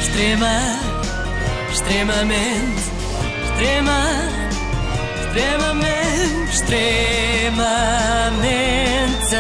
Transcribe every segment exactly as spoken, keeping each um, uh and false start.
Extrema, extremamente, extrema, extremamente, extremamente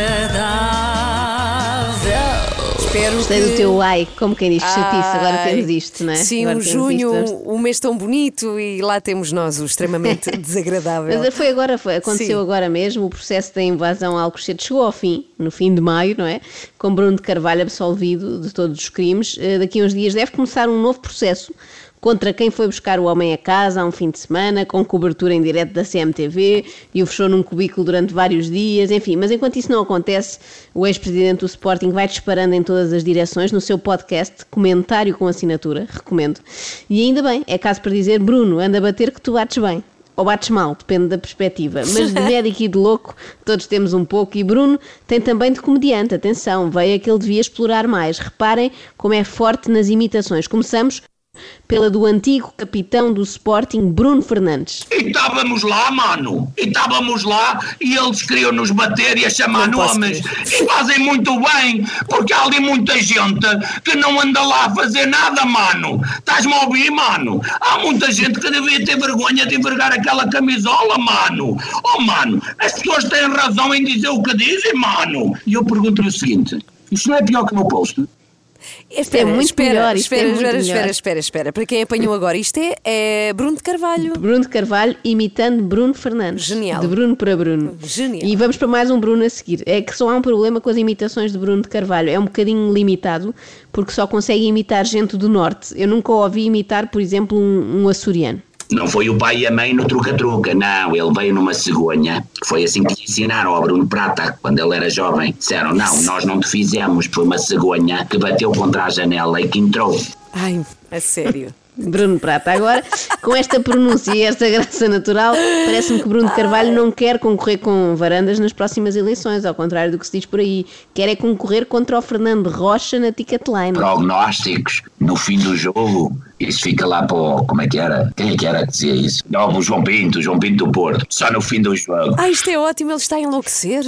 agradável. Espero Gostei que... do teu ai, como quem diz, chatice, agora temos isto, não é? Sim, agora o junho, um mês tão bonito e lá temos nós, o extremamente desagradável. Mas foi agora, foi, aconteceu Sim. agora mesmo, o processo da invasão a Alcochete chegou ao fim, no fim de maio, não é? Com Bruno de Carvalho absolvido de todos os crimes. Daqui a uns dias deve começar um novo processo contra quem foi buscar o homem a casa há um fim de semana, com cobertura em direto da C M T V e o fechou num cubículo durante vários dias, enfim. Mas enquanto isso não acontece, o ex-presidente do Sporting vai disparando em todas as direções no seu podcast, Comentário com Assinatura, recomendo. E ainda bem, é caso para dizer, Bruno, anda a bater que tu bates bem. Ou bates mal, depende da perspectiva. Mas de médico e de louco, todos temos um pouco. E Bruno tem também de comediante. Atenção, veio que ele devia explorar mais. Reparem como é forte nas imitações. Começamos pela do antigo capitão do Sporting, Bruno Fernandes. E estávamos lá, mano, e estávamos lá e eles queriam nos bater e a chamar nomes e fazem muito bem, porque há ali muita gente que não anda lá a fazer nada, mano. Estás-me a ouvir, mano? Há muita gente que devia ter vergonha de envergar aquela camisola, mano. Oh, mano, as pessoas têm razão em dizer o que dizem, mano. E eu pergunto-lhe o seguinte, isto não é pior que o meu post? Espera, é muito espera, melhor, espera, é muito espera, melhor. espera, espera, espera. Para quem apanhou agora, isto é, é Bruno de Carvalho. Bruno de Carvalho imitando Bruno Fernandes. Genial. De Bruno para Bruno. Genial. E vamos para mais um Bruno a seguir. É que só há um problema com as imitações de Bruno de Carvalho. É um bocadinho limitado, porque só consegue imitar gente do Norte. Eu nunca o ouvi imitar, por exemplo, um, um açoriano. Não foi o pai e a mãe no truca-truca, não, ele veio numa cegonha, que foi assim que lhe ensinaram ao Bruno Prata, quando ele era jovem. Disseram, não, nós não te fizemos, foi uma cegonha que bateu contra a janela e que entrou. Ai, a sério. Bruno Prata. Agora, com esta pronúncia e esta graça natural, parece-me que Bruno de Carvalho não quer concorrer com Varandas nas próximas eleições, ao contrário do que se diz por aí. Quer é concorrer contra o Fernando Rocha na Ticketline. Prognósticos, no fim do jogo, isso fica lá para o... Como é que era? Quem é que era que dizia isso? Não, o João Pinto, o João Pinto do Porto. Só no fim do jogo. Ah, isto é ótimo, ele está a enlouquecer.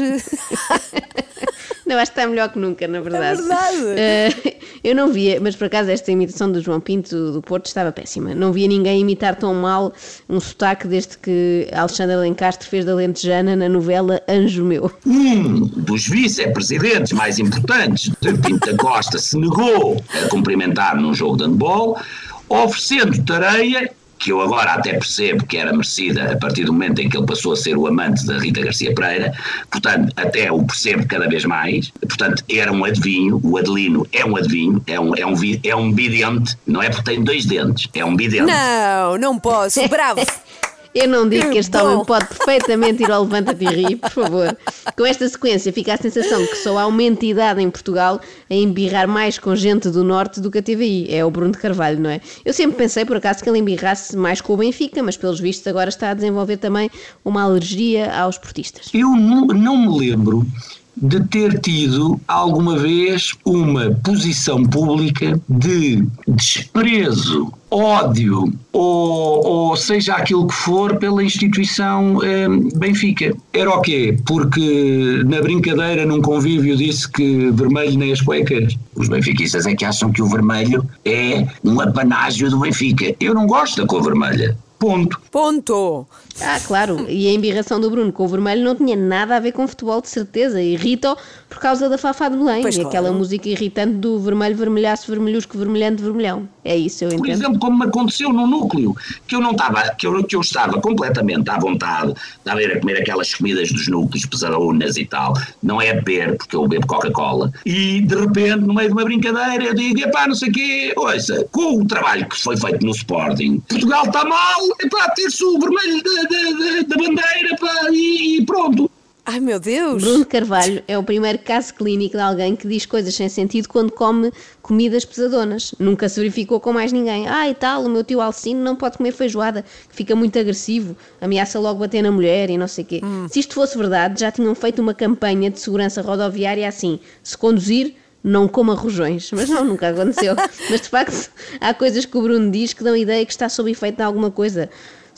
Não, acho que está melhor que nunca, na verdade. É verdade. Uh, eu não via, mas por acaso esta imitação do João Pinto do Porto estava péssima. Não via ninguém imitar tão mal um sotaque desde que Alexandre Alencastre fez da Lentejana na novela Anjo Meu. Um dos vice-presidentes mais importantes de Pinto da Costa se negou a cumprimentar num jogo de handball, oferecendo tareia, que eu agora até percebo que era merecida a partir do momento em que ele passou a ser o amante da Rita Garcia Pereira, portanto, até o percebo cada vez mais, portanto, era um adivinho, o Adelino é um adivinho, é um, é um, é um bidente, não é porque tem dois dentes, é um bidente. Não, não posso, bravo! Eu não digo que este homem pode perfeitamente ir ao Levanta-te e ri, por favor. Com esta sequência fica a sensação de que só há uma entidade em Portugal a embirrar mais com gente do Norte do que a T V I. É o Bruno de Carvalho, não é? Eu sempre pensei, por acaso, que ele embirrasse mais com o Benfica, mas pelos vistos agora está a desenvolver também uma alergia aos portistas. Eu não, não me lembro de ter tido alguma vez uma posição pública de desprezo, ódio ou, ou seja aquilo que for pela instituição eh, Benfica. Era o quê? Porque na brincadeira, num convívio, disse que vermelho nem as cuecas. Os benfiquistas é que acham que o vermelho é um apanágio do Benfica. Eu não gosto da cor vermelha. Ponto. Ponto. Ah, claro. E a embirração do Bruno com o vermelho não tinha nada a ver com futebol, de certeza. Irrita-o por causa da Fafá de Belém. Pois e claro. Aquela música irritante do vermelho, vermelhaço, vermelhusco, vermelhante, vermelhão. É isso, eu entendo. Por exemplo, como me aconteceu no núcleo, que eu não estava, que eu, que eu estava completamente à vontade de haver a comer aquelas comidas dos núcleos, pesaronas e tal. Não é beber, porque eu bebo Coca-Cola. E, de repente, no meio de uma brincadeira, eu digo, epá, não sei o quê, ouça, com o trabalho que foi feito no Sporting, Portugal está mal, epá, ter-se o vermelho da, da, da bandeira, pá, e, e pronto. Ai, meu Deus! Bruno Carvalho é o primeiro caso clínico de alguém que diz coisas sem sentido quando come comidas pesadonas. Nunca se verificou com mais ninguém. Ah, e tal, o meu tio Alcino não pode comer feijoada, fica muito agressivo, ameaça logo bater na mulher e não sei o quê. Hum. Se isto fosse verdade, já tinham feito uma campanha de segurança rodoviária assim, se conduzir, não coma rojões. Mas não, nunca aconteceu. Mas de facto, há coisas que o Bruno diz que dão a ideia que está sob efeito de alguma coisa.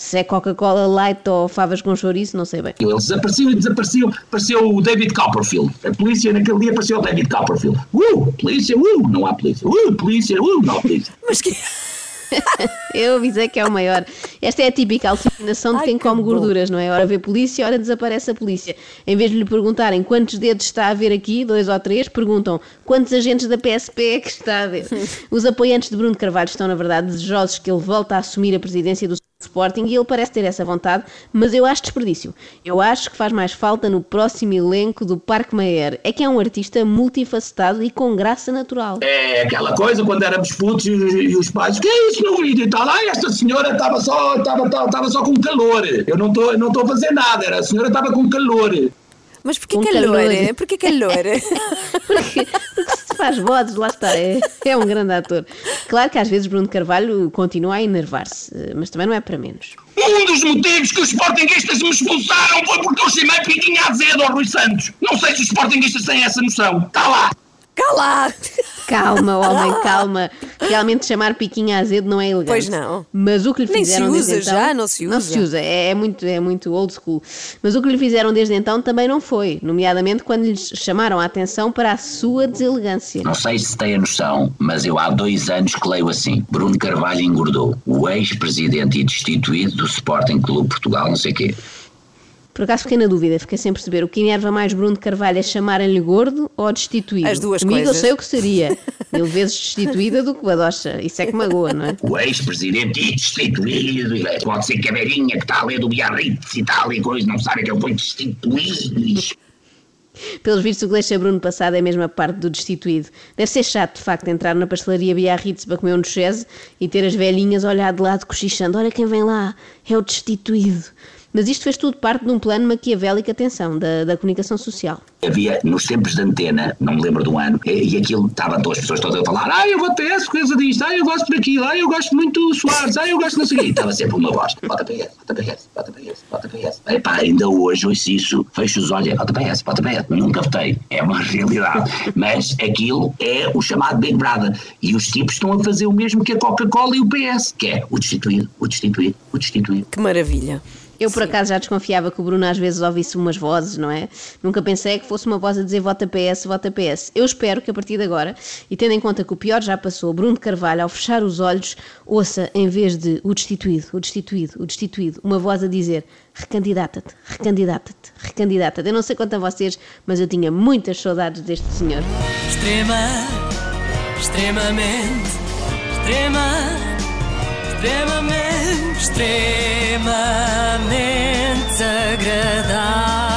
Se é Coca-Cola Light ou favas com chouriço, não sei bem. Eles desapareciam e desapareciam, apareceu o David Copperfield. A polícia naquele dia apareceu o David Copperfield. Uh, polícia, uh, não há polícia. Uh, polícia, uh, não há polícia. Mas que... Eu avisei que é o maior. Esta é a típica alucinação de Ai, quem que come bom. gorduras, não é? Ora vê polícia, ora desaparece a polícia. Em vez de lhe perguntarem quantos dedos está a ver aqui, dois ou três, perguntam quantos agentes da P S P é que está a ver. Os apoiantes de Bruno de Carvalho estão, na verdade, desejosos que ele volte a assumir a presidência do Sporting e ele parece ter essa vontade, mas eu acho desperdício. Eu acho que faz mais falta no próximo elenco do Parque Mayer. É que é um artista multifacetado e com graça natural. É aquela coisa, quando éramos putos e, e os pais, que é isso no vídeo e tal? Ah, esta senhora estava só, estava, estava, estava só com calor. Eu não estou não estou a fazer nada, era, a senhora estava com calor. Mas porquê Com calor? calor. É? Porquê calor? Porque, porque se faz votos, lá está, é, é um grande ator. Claro que às vezes Bruno de Carvalho continua a enervar-se, mas também não é para menos. Um dos motivos que os sportinguistas me expulsaram foi porque eu chamei Piquinha Azedo ao Rui Santos. Não sei se os sportinguistas têm essa noção. Está lá. Cala! Calma, homem, calma. Realmente chamar piquinha azedo não é elegante. Pois não. Mas o que lhe Nem se fizeram usa desde então... já, não se Não usa. se usa, é, é muito, é muito old school. Mas o que lhe fizeram desde então também não foi. Nomeadamente quando lhes chamaram a atenção para a sua deselegância. Não sei se tem a noção, mas eu há dois anos que leio assim. Bruno Carvalho engordou. O ex-presidente e destituído do Sporting Clube Portugal, não sei o quê. Por acaso fiquei na dúvida, fiquei sem perceber. O que enerva mais Bruno de Carvalho é chamarem-lhe gordo ou destituído? As duas Comigo coisas. eu sei o que seria. Mil vezes destituída do que badocha. Isso é que magoa, não é? O ex-presidente e destituído. Pode ser que a velhinha que está a ler do Biarritz e tal e coisa não sabe que ele foi destituído. Pelos vistos, o que deixa Bruno passado é mesmo a parte do destituído. Deve ser chato, de facto, entrar na pastelaria Biarritz para comer um duchese e ter as velhinhas a olhar de lado cochichando. Olha quem vem lá, é o destituído. Mas isto fez tudo parte de um plano maquiavélico, atenção, da, da comunicação social. Havia, nos tempos de antena, não me lembro do ano, e aquilo estavam todas as pessoas todas a falar, ah, eu voto P S por causa disto, ah, eu gosto por aquilo, ah, eu gosto muito do Soares, ah, eu gosto não sei o quê. Estava sempre uma voz, vota P S, vota P S, vota P S, vota P S. Epá, ainda hoje ouço isso, fecho os olhos, é vota P S, vota P S. Nunca votei, é uma realidade. Mas aquilo é o chamado Big Brother. E os tipos estão a fazer o mesmo que a Coca-Cola e o P S, que é o destituído, o destituído, o destituído. Que maravilha. Eu, por acaso, já desconfiava que o Bruno às vezes ouvisse umas vozes, não é? Nunca pensei que fosse uma voz a dizer vota P S, vota P S. Eu espero que a partir de agora, e tendo em conta que o pior já passou, Bruno de Carvalho, ao fechar os olhos, ouça, em vez de o destituído, o destituído, o destituído, uma voz a dizer recandidata-te, recandidata-te, recandidata-te. Eu não sei quanto a vocês, mas eu tinha muitas saudades deste senhor. Extrema, extremamente, extrema, extremamente, extremamente agradável.